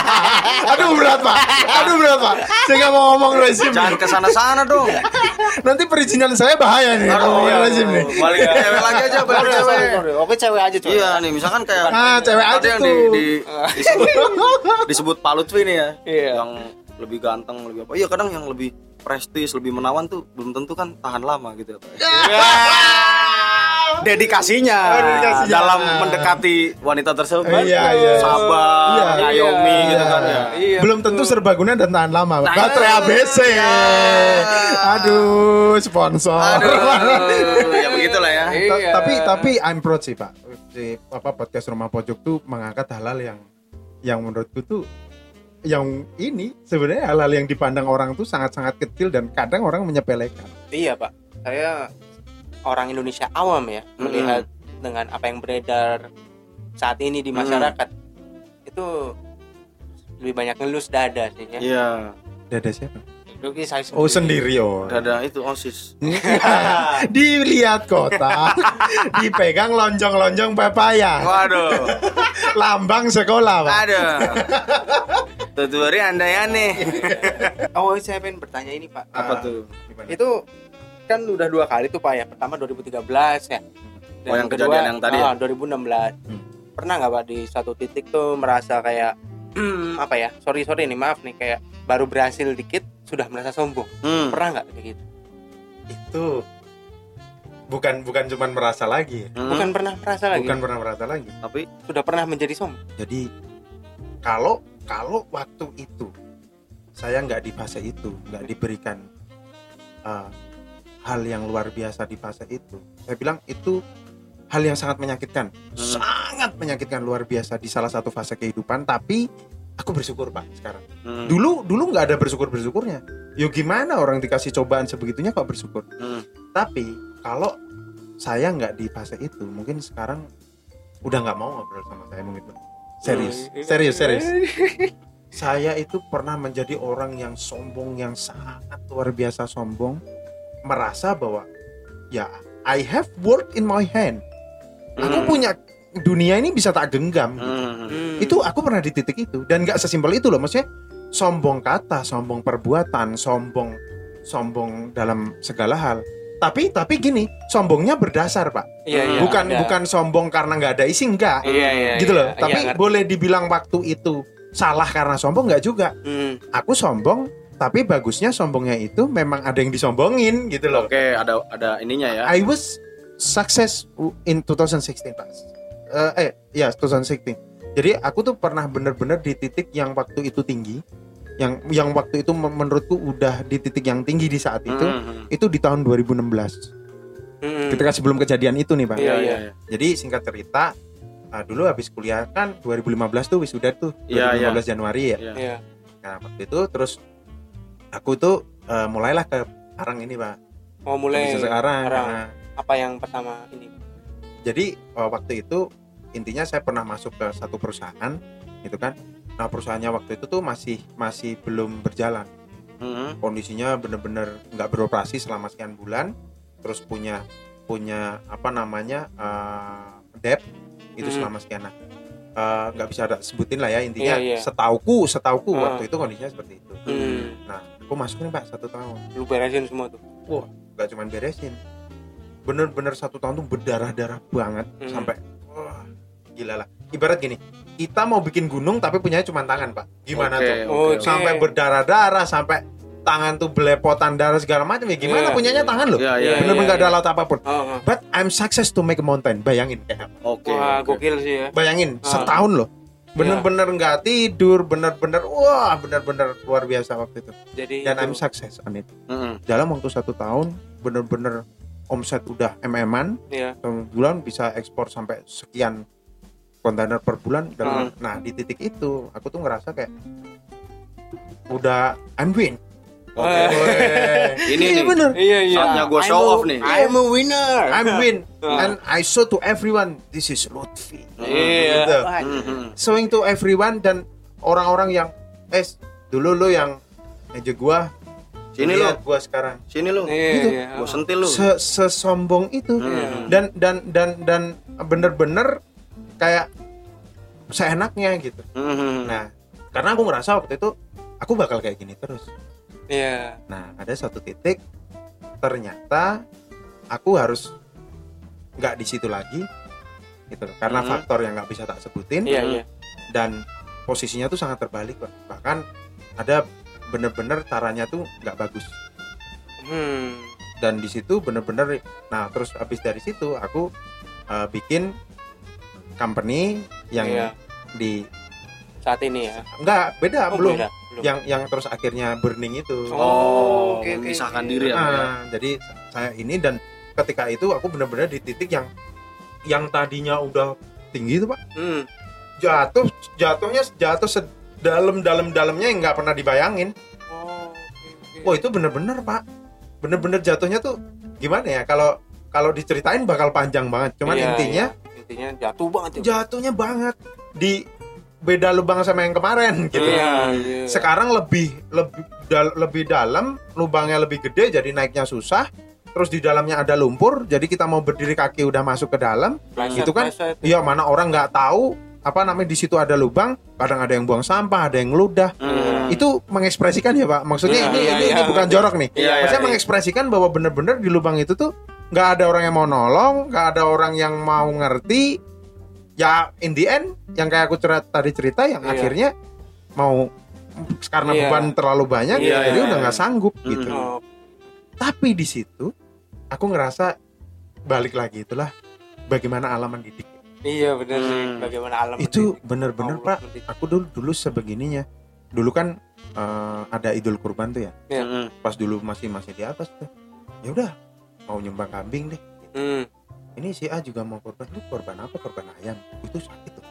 Aduh berat Pak, aduh berat Pak. Saya nggak mau ngomong rezim. Jangan kesana-sana dong. Nanti perizinan saya bahaya nih Aduh, ngomongin iya, rezim nih. balik ke cewek lagi aja, balik Sorry, ke cewek. sorry, sorry. Oke cewek aja coy. Iya nih, misalkan kayak Ah, cewek tadi aja yang tuh. di, di, disebut, disebut Pak Lutfi nih ya, Iya. yang lebih ganteng, lebih apa? Iya kadang yang lebih prestis, lebih menawan tuh belum tentu kan tahan lama gitu ya Pak. Dedikasinya, Oh, dedikasinya. dalam mendekati wanita tersebut, Iya, iya. sabar, Iya. ngayomi Iya. gitu kan ya. Iya. Belum tentu serbaguna dan tahan lama. Nah, Baterai A B C. Aduh, sponsor. Aduh, ya begitulah ya. Ta- Iya. Tapi tapi I'm proud sih Pak. Si apa podcast Rumah Pojok tuh mengangkat hal-hal yang yang menurutku tuh yang ini sebenarnya hal-hal yang dipandang orang tuh sangat-sangat kecil dan kadang orang menyepelekan. Iya Pak, saya orang Indonesia awam ya, Mm-mm. melihat dengan apa yang beredar saat ini di masyarakat itu lebih banyak ngelus dada sih ya. Iya, Dada siapa? Rugi saya Oh sendiri oh. dada itu OSIS. Dilihat kota, dipegang lonjong-lonjong pepaya, Waduh, lambang sekolah Pak. aduh. Tuturi anda ya nih. Oh saya pengen bertanya ini Pak. Apa Ah, tuh? Itu kan udah dua kali tuh Pak ya. Pertama dua ribu tiga belas ya. Dan Oh, yang kejadian yang tadi ah, ya? dua ribu enam belas. Hmm. Pernah nggak Pak di satu titik tuh merasa kayak hmm, apa ya? Sorry sorry nih maaf nih kayak baru berhasil dikit sudah merasa sombong. Hmm. Pernah nggak kayak gitu? Itu bukan bukan cuman merasa lagi, Hmm. Bukan pernah merasa lagi. bukan pernah merasa lagi. Tapi Sudah pernah menjadi sombong. Jadi kalau kalau waktu itu saya nggak di fase itu, nggak diberikan uh, hal yang luar biasa di fase itu, saya bilang itu hal yang sangat menyakitkan, sangat menyakitkan luar biasa di salah satu fase kehidupan. Tapi aku bersyukur Pak sekarang. hmm. Dulu dulu nggak ada bersyukur bersyukurnya. Yo gimana orang dikasih cobaan sebegitunya kok bersyukur. Hmm. Tapi kalau saya nggak di fase itu, mungkin sekarang udah nggak mau ngobrol sama saya mungkin. Serius, serius, serius. saya itu pernah menjadi orang yang sombong, yang sangat luar biasa sombong, merasa bahwa ya I have work in my hand. Aku Hmm. punya dunia ini bisa tak genggam. Gitu. Hmm. Hmm. Itu aku pernah di titik itu dan nggak sesimpel itu loh. Maksudnya sombong kata, sombong perbuatan, sombong sombong dalam segala hal. Tapi tapi gini, sombongnya berdasar, Pak. Iya, iya, bukan ada. bukan sombong karena nggak ada isi, enggak. Iya, iya, Gitu iya. loh. Iya, Tapi ngerti. boleh dibilang waktu itu salah karena sombong nggak juga. Hmm. Aku sombong, tapi bagusnya sombongnya itu memang ada yang disombongin gitu loh. Oke, ada ada ininya ya. I was success in twenty sixteen, Pak. Eh, eh ya twenty sixteen. Jadi aku tuh pernah bener-bener di titik yang waktu itu tinggi, yang yang waktu itu men- menurutku udah di titik yang tinggi di saat itu. Hmm. Itu di tahun dua ribu enam belas. Hmm. Ketika sebelum kejadian itu nih, Pak. Iya, Iya, iya. iya. Jadi singkat cerita, uh, dulu habis kuliah kan dua ribu lima belas tuh wisuda tuh, Iya, dua ribu lima belas Januari ya. Iya. Iya. Nah waktu itu terus aku tuh uh, mulailah ke Arang ini, Pak. Oh, mulai Bisa sekarang. sekarang. Nah, Apa yang pertama ini? jadi uh, waktu itu intinya saya pernah masuk ke satu perusahaan, gitu kan. Nah perusahaannya waktu itu tuh masih masih belum berjalan. Hmm. Kondisinya bener-bener nggak beroperasi selama sekian bulan. Terus punya punya apa namanya uh, debt itu Hmm. selama sekian. Nah, uh, nggak bisa ada sebutin lah ya intinya. Iya, iya. Setauku setauku Ah. waktu itu kondisinya seperti itu. Hmm. Nah aku masuk nih, Pak, satu tahun. Lu beresin semua tuh. Nggak cuma beresin, bener-bener satu tahun tuh berdarah-darah banget. Hmm. Sampai wah gila lah. Ibarat gini, kita mau bikin gunung tapi punyanya cuma tangan, Pak. Gimana Oke, tuh? oke, Oh, oke. Sampai berdarah-darah, sampai tangan tuh belepotan darah segala macam. Ya gimana Iya, punyanya iya. tangan loh? Iya, iya, Bener-bener iya, nggak ada iya. alat apapun. Oh, oh. But I'm success to make a mountain. Bayangin kayak apa? Oke. Wah, oke. gokil sih ya. Bayangin Ah. setahun loh. Bener-bener nggak tidur, bener-bener wah, bener-bener luar biasa waktu itu. Jadi Dan itu. I'm success on it. Hmm. Dalam waktu satu tahun, bener-bener omset udah em-eman. Iya. Dalam bulan bisa ekspor sampai sekian kontainer per bulan. Dan Hmm. nah di titik itu, aku tuh ngerasa kayak udah I'm win. Oke. Eh. Ini Iya nih. bener. Iya, iya. Saatnya gua I'm show a- off nih. I'm a winner. I'm win. Ah. And I show to everyone this is Lutfi. Iya. Gitu. Wah, Hmm. Showing to everyone dan orang-orang yang eh dulu lu yang ngejek gua, Sini lihat lu. gua sekarang Sini lu. Iya, Gitu. iya. Gua sentil lu. Se- sesombong itu. Hmm. Dan dan dan dan bener-bener kayak seenaknya gitu. Hmm. Nah, karena aku ngerasa waktu itu aku bakal kayak gini terus. Iya. Nah, ada satu titik ternyata aku harus nggak di situ lagi gitu karena Mhm. faktor yang nggak bisa tak sebutin. Iya, iya. Dan posisinya tuh sangat terbalik, Pak. Bahkan ada bener-bener caranya tuh nggak bagus. Hmm. Dan di situ bener-bener, nah terus habis dari situ aku uh, bikin company yang Iya. di Saat ini ya. enggak beda Oh, belum beda, belum. yang yang terus akhirnya burning itu. Oh, oke, oke, memisahkan oke. diri ya. Pak, ya? Nah, jadi saya ini dan ketika itu aku benar-benar di titik yang yang tadinya udah tinggi tuh, Pak, Hmm. jatuh jatuhnya jatuh sedalam-dalam-dalamnya yang nggak pernah dibayangin. Oh, oke, oke. Wah, itu bener-bener, Pak, bener-bener jatuhnya tuh gimana ya, kalau kalau diceritain bakal panjang banget, cuman Iya, intinya iya. intinya jatuh banget ya. jatuhnya banget di beda lubang sama yang kemarin gitu. Iya, iya. Sekarang lebih lebih dal- lebih dalam, lubangnya lebih gede jadi naiknya susah. Terus di dalamnya ada lumpur, jadi kita mau berdiri kaki udah masuk ke dalam. Pleset, Itu kan pleset. iya, mana orang nggak tahu apa namanya di situ ada lubang, kadang ada yang buang sampah, ada yang ngeludah. Hmm. Itu mengekspresikan ya, Pak. Maksudnya Iya, ini iya, ini, iya. ini bukan jorok nih. Iya, iya, Maksudnya iya. mengekspresikan bahwa bener-bener di lubang itu tuh nggak ada orang yang mau nolong, nggak ada orang yang mau ngerti. Ya in the end yang kayak aku cerita tadi cerita yang Iya. akhirnya mau karena Iya. beban terlalu banyak, Iya, jadi iya, udah iya. nggak sanggup Hmm. gitu. Oh, Tapi di situ aku ngerasa balik lagi itulah bagaimana alam mendidik. iya benar sih. Hmm. Bagaimana alam Itu mendidik. bener-bener, Allah Pak. mendidik. Aku dulu dulu sebegininya. Dulu kan eh, ada Idul Kurban tuh ya. Hmm. Pas dulu masih masih di atas tuh. Ya udah mau nyembang kambing deh. Hmm. Ini si A juga mau korban. Lu korban apa? Korban ayam. Itu sakit tuh.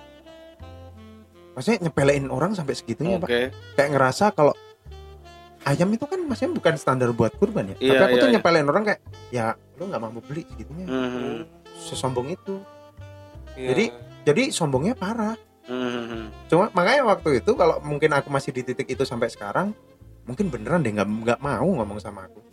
Maksudnya nyepelein orang sampai segitunya, Pak. Oke. Kayak ngerasa kalau ayam itu kan maksudnya bukan standar buat kurban ya. Iya, Tapi aku iya, tuh iya. nyepelein orang kayak ya lu nggak mampu beli segitunya. Hmm. Sesombong itu. Iya. Jadi- Jadi sombongnya parah. Hmm. Hmm. Cuma makanya waktu itu kalau mungkin aku masih di titik itu sampai sekarang, mungkin beneran deh nggak nggak mau ngomong sama aku.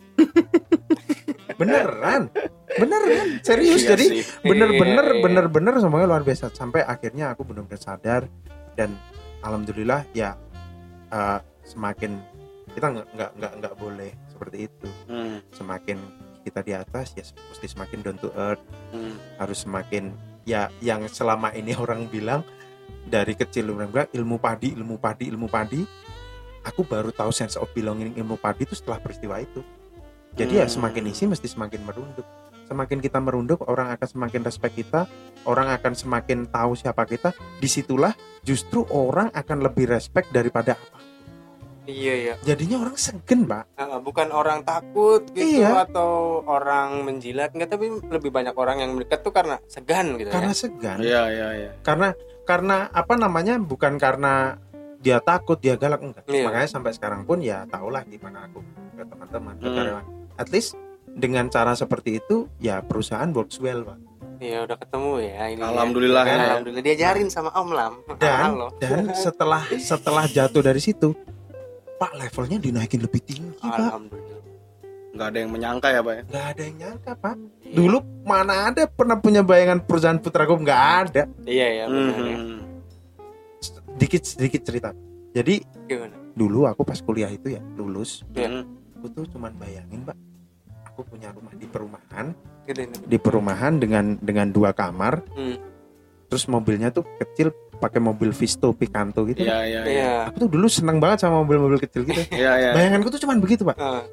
beneran, beneran, serius. Iya Jadi sih. bener-bener, Iya, iya. bener-bener semuanya luar biasa. Sampai akhirnya aku benar-benar sadar dan alhamdulillah ya uh, semakin kita nggak nggak nggak nggak boleh seperti itu. Hmm. Semakin kita di atas ya mesti semakin down to earth, Hmm. harus semakin ya yang selama ini orang bilang dari kecil orang bilang ilmu padi ilmu padi ilmu padi aku baru tahu sense of belonging ilmu padi itu setelah peristiwa itu. Jadi ya Hmm. semakin isi mesti semakin merunduk, semakin kita merunduk orang akan semakin respect kita, orang akan semakin tahu siapa kita. Disitulah justru orang akan lebih respect daripada apa. Iya ya. Jadinya orang segen pak. Uh, bukan orang takut gitu Iya. atau orang menjilat enggak, tapi lebih banyak orang yang mendekat tuh karena segan gitu Karena ya. segan. Iya, iya, iya. Karena karena apa namanya bukan karena dia takut dia galak enggak. Iya. Makanya sampai sekarang pun ya tahulah gimana aku ke teman-teman ke Hmm. karyawan. At least dengan cara seperti itu ya perusahaan works well pak. Iya udah ketemu ya ini. Alhamdulillah ya. ya. Alhamdulillah diajarin sama Om Lam. Dan Halo. dan setelah setelah jatuh dari situ pak levelnya dinaikin lebih tinggi pak. Alhamdulillah. Nggak ada yang menyangka ya, Pak ya. Nggak ada yang nyangka pak. Iya. Dulu mana ada pernah punya bayangan perusahaan Putra Group, nggak ada. Iya ya benar ya. Hmm. Sedikit sedikit cerita. Jadi Gimana? dulu aku pas kuliah itu ya lulus, Hmm. aku tuh cuman bayangin pak, aku punya rumah di perumahan, Gede nih. di perumahan dengan dengan dua kamar, Hmm. terus mobilnya tuh kecil, pakai mobil Visto Picanto gitu. Iya, iya, iya. Iya. Aku tuh dulu seneng banget sama mobil-mobil kecil gitu. Iya, iya. Bayanganku tuh cuman begitu pak. Ah,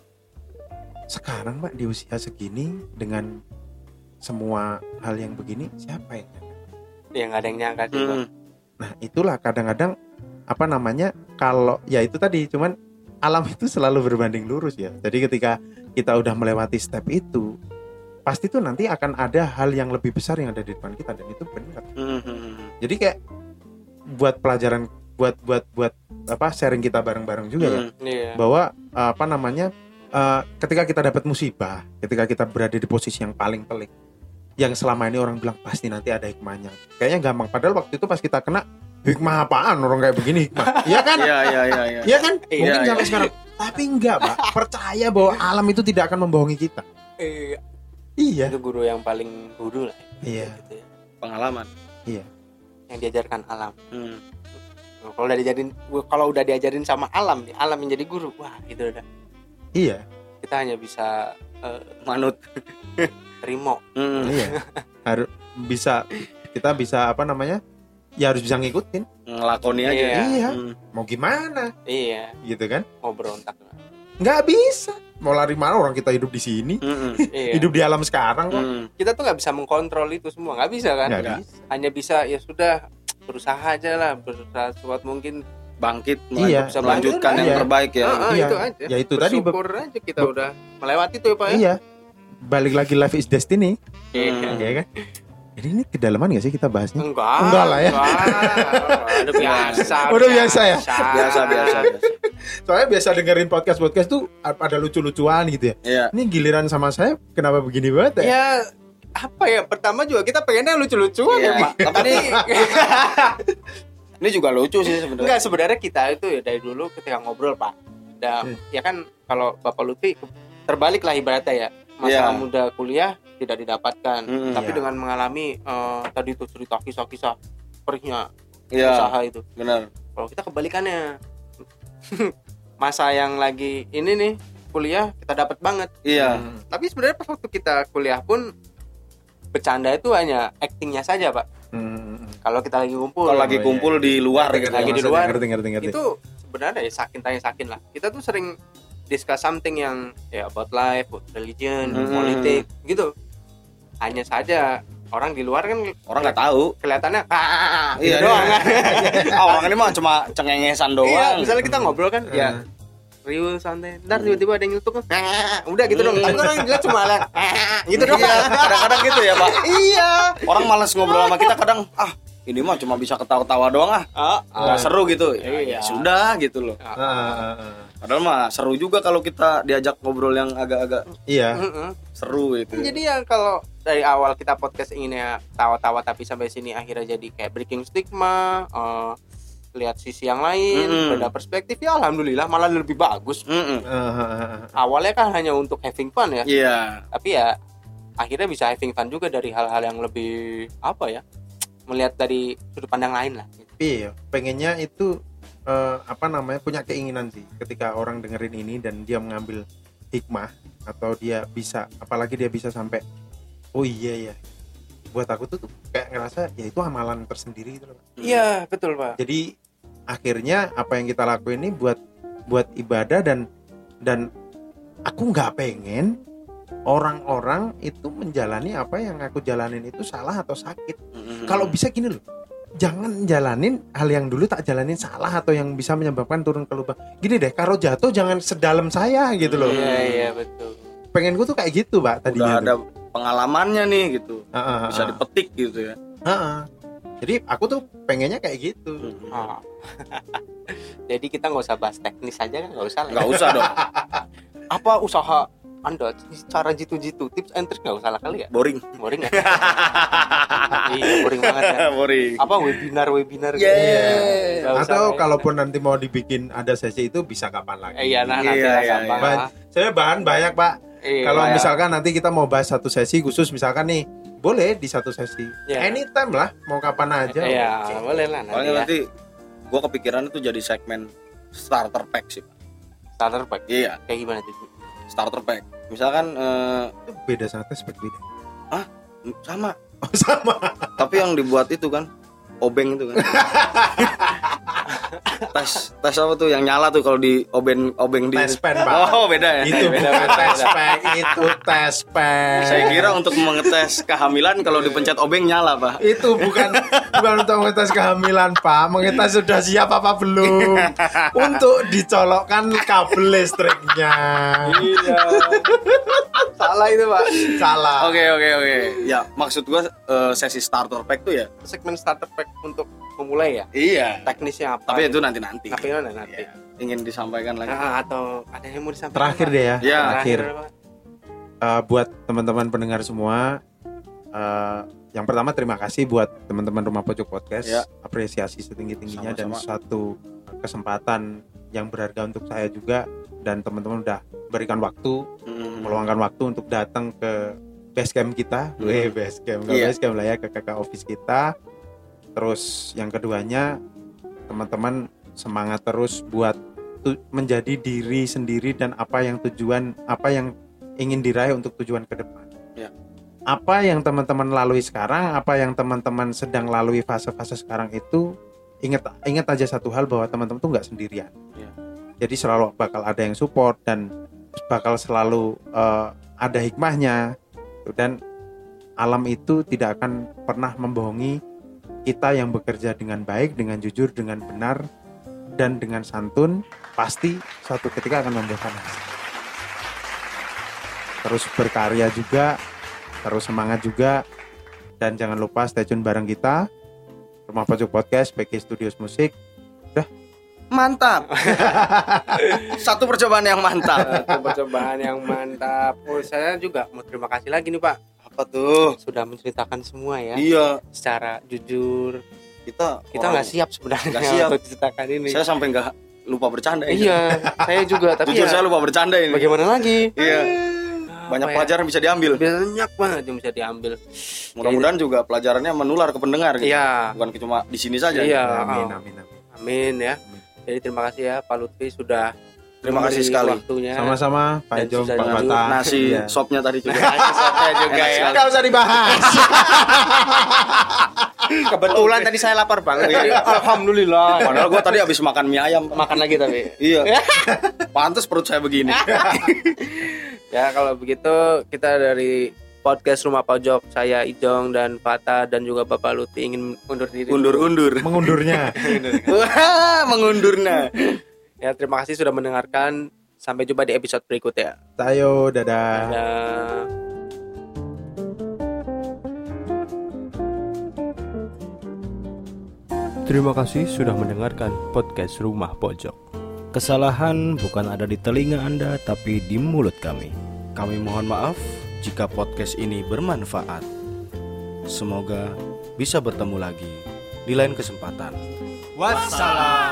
Sekarang pak di usia segini dengan semua hal yang begini, siapa yang nyangka? ya nggak ada yang nyangka sih, Bang. Hmm. Nah itulah kadang-kadang apa namanya kalau ya itu tadi cuman alam itu selalu berbanding lurus ya. Jadi ketika kita udah melewati step itu, pasti tuh nanti akan ada hal yang lebih besar yang ada di depan kita dan itu benar. Hmm, hmm, hmm. Jadi kayak buat pelajaran, buat buat buat apa sharing kita bareng-bareng juga ya, Hmm. Iya. bahwa uh, apa namanya uh, ketika kita dapat musibah, ketika kita berada di posisi yang paling pelik, yang selama ini orang bilang pasti nanti ada hikmahnya, kayaknya gampang. Padahal waktu itu pas kita kena, hikmah apaan orang kayak begini hikmah, iya kan? Iya, iya, iya, iya. Iya kan? Iya, Mungkin iya. sampai sekarang, tapi enggak pak, percaya bahwa alam itu tidak akan membohongi kita. Iya. Iya. Itu guru yang paling guru lah. Iya. Gitu ya. Pengalaman. Yang diajarkan alam. Hmm. Kalau udah diajarin, kalau udah diajarin sama alam, alam yang jadi guru, wah gitu udah. Iya. Kita hanya bisa eh, Manut. terima. Hmm. Iya. Harus bisa kita bisa apa namanya? Ya harus bisa ngikutin. Ngelakoni aja. Iya. Iya. Hmm. Mau gimana? Iya, Gitu kan? mau berontak. Nggak bisa. Mau lari mana orang kita hidup di sini? Hmm. Iya. Hidup di alam sekarang kok. Hmm. Kita tuh nggak bisa mengkontrol itu semua, nggak bisa kan? Nggak Nggak. bisa. Hanya bisa ya sudah berusaha aja lah, berusaha sekuat mungkin. Bangkit, Iya. melanjut- melanjutkan Iya. yang terbaik ya. Ah, ah, Iya. itu aja. Ya itu tadi. Bersyukur aja kita be- udah melewati itu ya Pak ya. Iya. Balik lagi life is destiny. Hmm. Iya kan? Jadi ini kedalaman nggak sih kita bahasnya? Enggak. Enggak lah ya. Enggak. Udah biasa. Udah biasa ya? Biasa, biasa, biasa. Soalnya biasa dengerin podcast-podcast tuh ada lucu-lucuan gitu ya. Iya. Ini giliran sama saya kenapa begini banget ya? Ya apa ya? Pertama juga kita pengennya lucu-lucuan Iya. ya Pak. Tapi ini ini juga lucu sih sebenarnya. Enggak, sebenarnya kita itu ya dari dulu ketika ngobrol Pak. Dan Hmm. ya kan kalau Bapak Lutfi terbalik lah ibaratnya ya. Masalah Iya. muda kuliah tidak didapatkan, Hmm, tapi iya. dengan mengalami eh, tadi itu cerita kisah-kisah perihnya Iya, usaha itu. benar. Kalau kita kebalikannya. Masa yang lagi ini nih kuliah kita dapat banget. Iya. Hmm. Tapi sebenarnya pas waktu kita kuliah pun bercanda itu hanya actingnya saja Pak. Hmm. Kalau kita lagi ngumpul, Kalau lagi iya, kumpul di luar Ngerti, gitu. ngerti, Lagi di maksudnya, luar. Ngerti, ngerti, ngerti. itu sebenarnya ya sakin tanya sakin lah. Kita tuh sering discuss something yang ya about life, about religion, Hmm. politik gitu. Hanya saja orang di luar kan Orang nggak tahu. kelihatannya ah, gitu Iya, doang iya. kan. Ah, orang ini mah cuma cengengesan Iya, doang. misalnya kita ngobrol kan Hmm. ya riuh santai. Ntar tiba-tiba ada yang nyetuk kan. "Ah," udah gitu dong. Tapi kan orang dilihat cuma lihat "Ah," gitu doang. Iya, kadang-kadang gitu ya, Pak. Iya. Orang malas ngobrol sama kita kadang, ah ini mah cuma bisa ketawa-tawa doang ah. Ah, Nggak seru gitu. Ya, Iya. ya sudah gitu loh. Ah, ah, ah, ah. Padahal mah seru juga kalau kita diajak ngobrol yang agak-agak Iya. Mm-mm. seru gitu. Jadi ya kalau dari awal kita podcast inginnya tawa-tawa tapi sampai sini akhirnya jadi kayak breaking stigma, eh, lihat sisi yang lain, Mm-mm. beda perspektif, ya alhamdulillah malah lebih bagus. Mm-mm. Ah, ah, ah, ah. Awalnya kan hanya untuk having fun ya, Iya. tapi ya akhirnya bisa having fun juga dari hal-hal yang lebih apa ya, melihat dari sudut pandang lain lah. Iya, pengennya itu eh, apa namanya punya keinginan sih ketika orang dengerin ini dan dia mengambil hikmah atau dia bisa, apalagi dia bisa sampai oh iya ya, buat aku tuh, tuh kayak ngerasa ya itu amalan tersendiri gitu loh. Iya betul Pak. Jadi akhirnya apa yang kita lakuin ini buat buat ibadah dan dan aku nggak pengen orang-orang itu menjalani apa yang aku jalanin itu salah atau sakit. Mm-mm. Kalau bisa gini loh, jangan jalanin hal yang dulu tak jalanin salah atau yang bisa menyebabkan turun ke lubang. Gini deh, kalau jatuh jangan sedalam saya gitu loh. Iya iya betul. Pengen gue tuh kayak gitu, Pak, udah tadinya. ada tuh. pengalamannya nih gitu. Ah, ah, Bisa ah. dipetik gitu ya. Ah, ah. Jadi aku tuh pengennya kayak gitu. Ah. Jadi kita nggak usah bahas teknis aja kan, nggak usah lah. Nggak usah dong. Apa usaha Anda cara jitu-jitu tips and tricks nggak usah lah kali ya. Boring. Boring ya. Iya boring banget ya. Boring. Apa webinar webinar gitu. Yeah. Nggak usah Atau lah ya. kalaupun nanti mau dibikin ada sesi itu bisa kapan lagi. Eh, iya nah nanti Iya, lah iya, gampang Ba- lah. Saya bahan banyak, Pak. Iya, Kalau ya. misalkan nanti kita mau bahas satu sesi khusus misalkan nih, boleh di satu sesi. Ya. Anytime lah, mau kapan aja. Iya Oke. boleh lah nanti Soalnya ya. nanti gue kepikiran itu jadi segmen starter pack sih. Pak. Starter pack. Iya, Kayak gimana tuh? starter pack. Misalkan eh, Itu beda sama tes beda. sama, Oh, sama. tapi yang dibuat itu kan obeng itu kan. tes tes apa tuh yang nyala tuh kalau di obeng obeng di Tes pen, Pak. Oh, beda ya. Itu Beda, bukan beda, tes beda. pack, itu tes pack. Saya kira untuk mengetes kehamilan kalau dipencet obeng nyala, Pak. Itu bukan bukan untuk mengetes kehamilan, Pak. Mengetes sudah siap apa belum? Untuk dicolokkan kabel listriknya. Iya. Salah itu pak. Salah. Oke, oke, oke. Ya, maksud gua eh, sesi starter pack tuh ya. Segmen starter pack untuk memulai ya. Iya. Teknisnya apa? Tapi itu nanti-nanti. Tapi mana nanti? Iya. Ingin disampaikan lagi. Nah, atau ada yang mau disampaikan? Terakhir Pak? deh ya. Iya. Terakhir. Pak. Eh, buat teman-teman pendengar semua, eh, yang pertama terima kasih buat teman-teman Rumah Pojok Podcast. Ya. Apresiasi setinggi-tingginya dan Sama-sama. satu kesempatan yang berharga untuk saya juga, dan teman-teman udah berikan waktu, Hmm. meluangkan waktu untuk datang ke base camp kita. Hmm. Weh, base camp, nggak Iya. base camp lah ya, ke kakak office kita. Terus yang keduanya, teman-teman semangat terus buat tu- menjadi diri sendiri dan apa yang tujuan, apa yang ingin diraih untuk tujuan ke depan. Ya. Apa yang teman-teman lalui sekarang, apa yang teman-teman sedang lalui fase-fase sekarang itu, ingat ingat aja satu hal, bahwa teman-teman tuh nggak sendirian. Ya. Jadi selalu bakal ada yang support dan bakal selalu eh, ada hikmahnya, dan alam itu tidak akan pernah membohongi kita yang bekerja dengan baik, dengan jujur, dengan benar, dan dengan santun, pasti suatu ketika akan membuahkan hasil. Terus berkarya juga, terus semangat juga, dan jangan lupa stay tune bareng kita, Rumah Pojok Podcast, P K Studios Musik. Mantap. Satu percobaan yang mantap. Satu percobaan yang mantap. Oh, saya juga mau terima kasih lagi nih Pak. Apa tuh? Sudah menceritakan semua ya. Iya, Secara jujur. kita Kita nggak siap sebenarnya Nggak siap. untuk menceritakan ini. Saya sampai nggak lupa bercanda ini. Iya, saya juga. Tapi Jujur ya, saya lupa bercanda ini. bagaimana lagi? Iya. Banyak Apa ya? pelajaran bisa diambil. Banyak banget yang bisa diambil. Mudah-mudahan juga pelajarannya menular ke pendengar gitu. Iya. Bukan cuma di sini saja. Iya. Amin, oh. amin, amin. Amin ya. Jadi terima kasih ya Pak Lutfi sudah Terima kasih memberi sekali. waktunya. Sama-sama, Pak Dan Jom, sudah Pak jujur. Bata. Nasi Iya. sopnya tadi juga. Kasih saya juga Enak ya. sekali. Nggak usah dibahas. Kebetulan tadi saya lapar banget. Jadi alhamdulillah. Padahal gua tadi habis makan mie ayam. Makan lagi tapi. Iya. Pantes perut saya begini. Ya kalau begitu kita dari podcast Rumah Pojok, saya Ijong dan Fata dan juga Bapak Lutfi ingin undur diri. Undur-undur. Mengundurnya. Wah, mengundurnya. Ya terima kasih sudah mendengarkan. Sampai jumpa di episode berikutnya. Tayo, dadah. Dadah. Terima kasih sudah mendengarkan podcast Rumah Pojok. Kesalahan bukan ada di telinga Anda, tapi di mulut kami. Kami mohon maaf jika podcast ini bermanfaat. Semoga bisa bertemu lagi di lain kesempatan. Wassalam.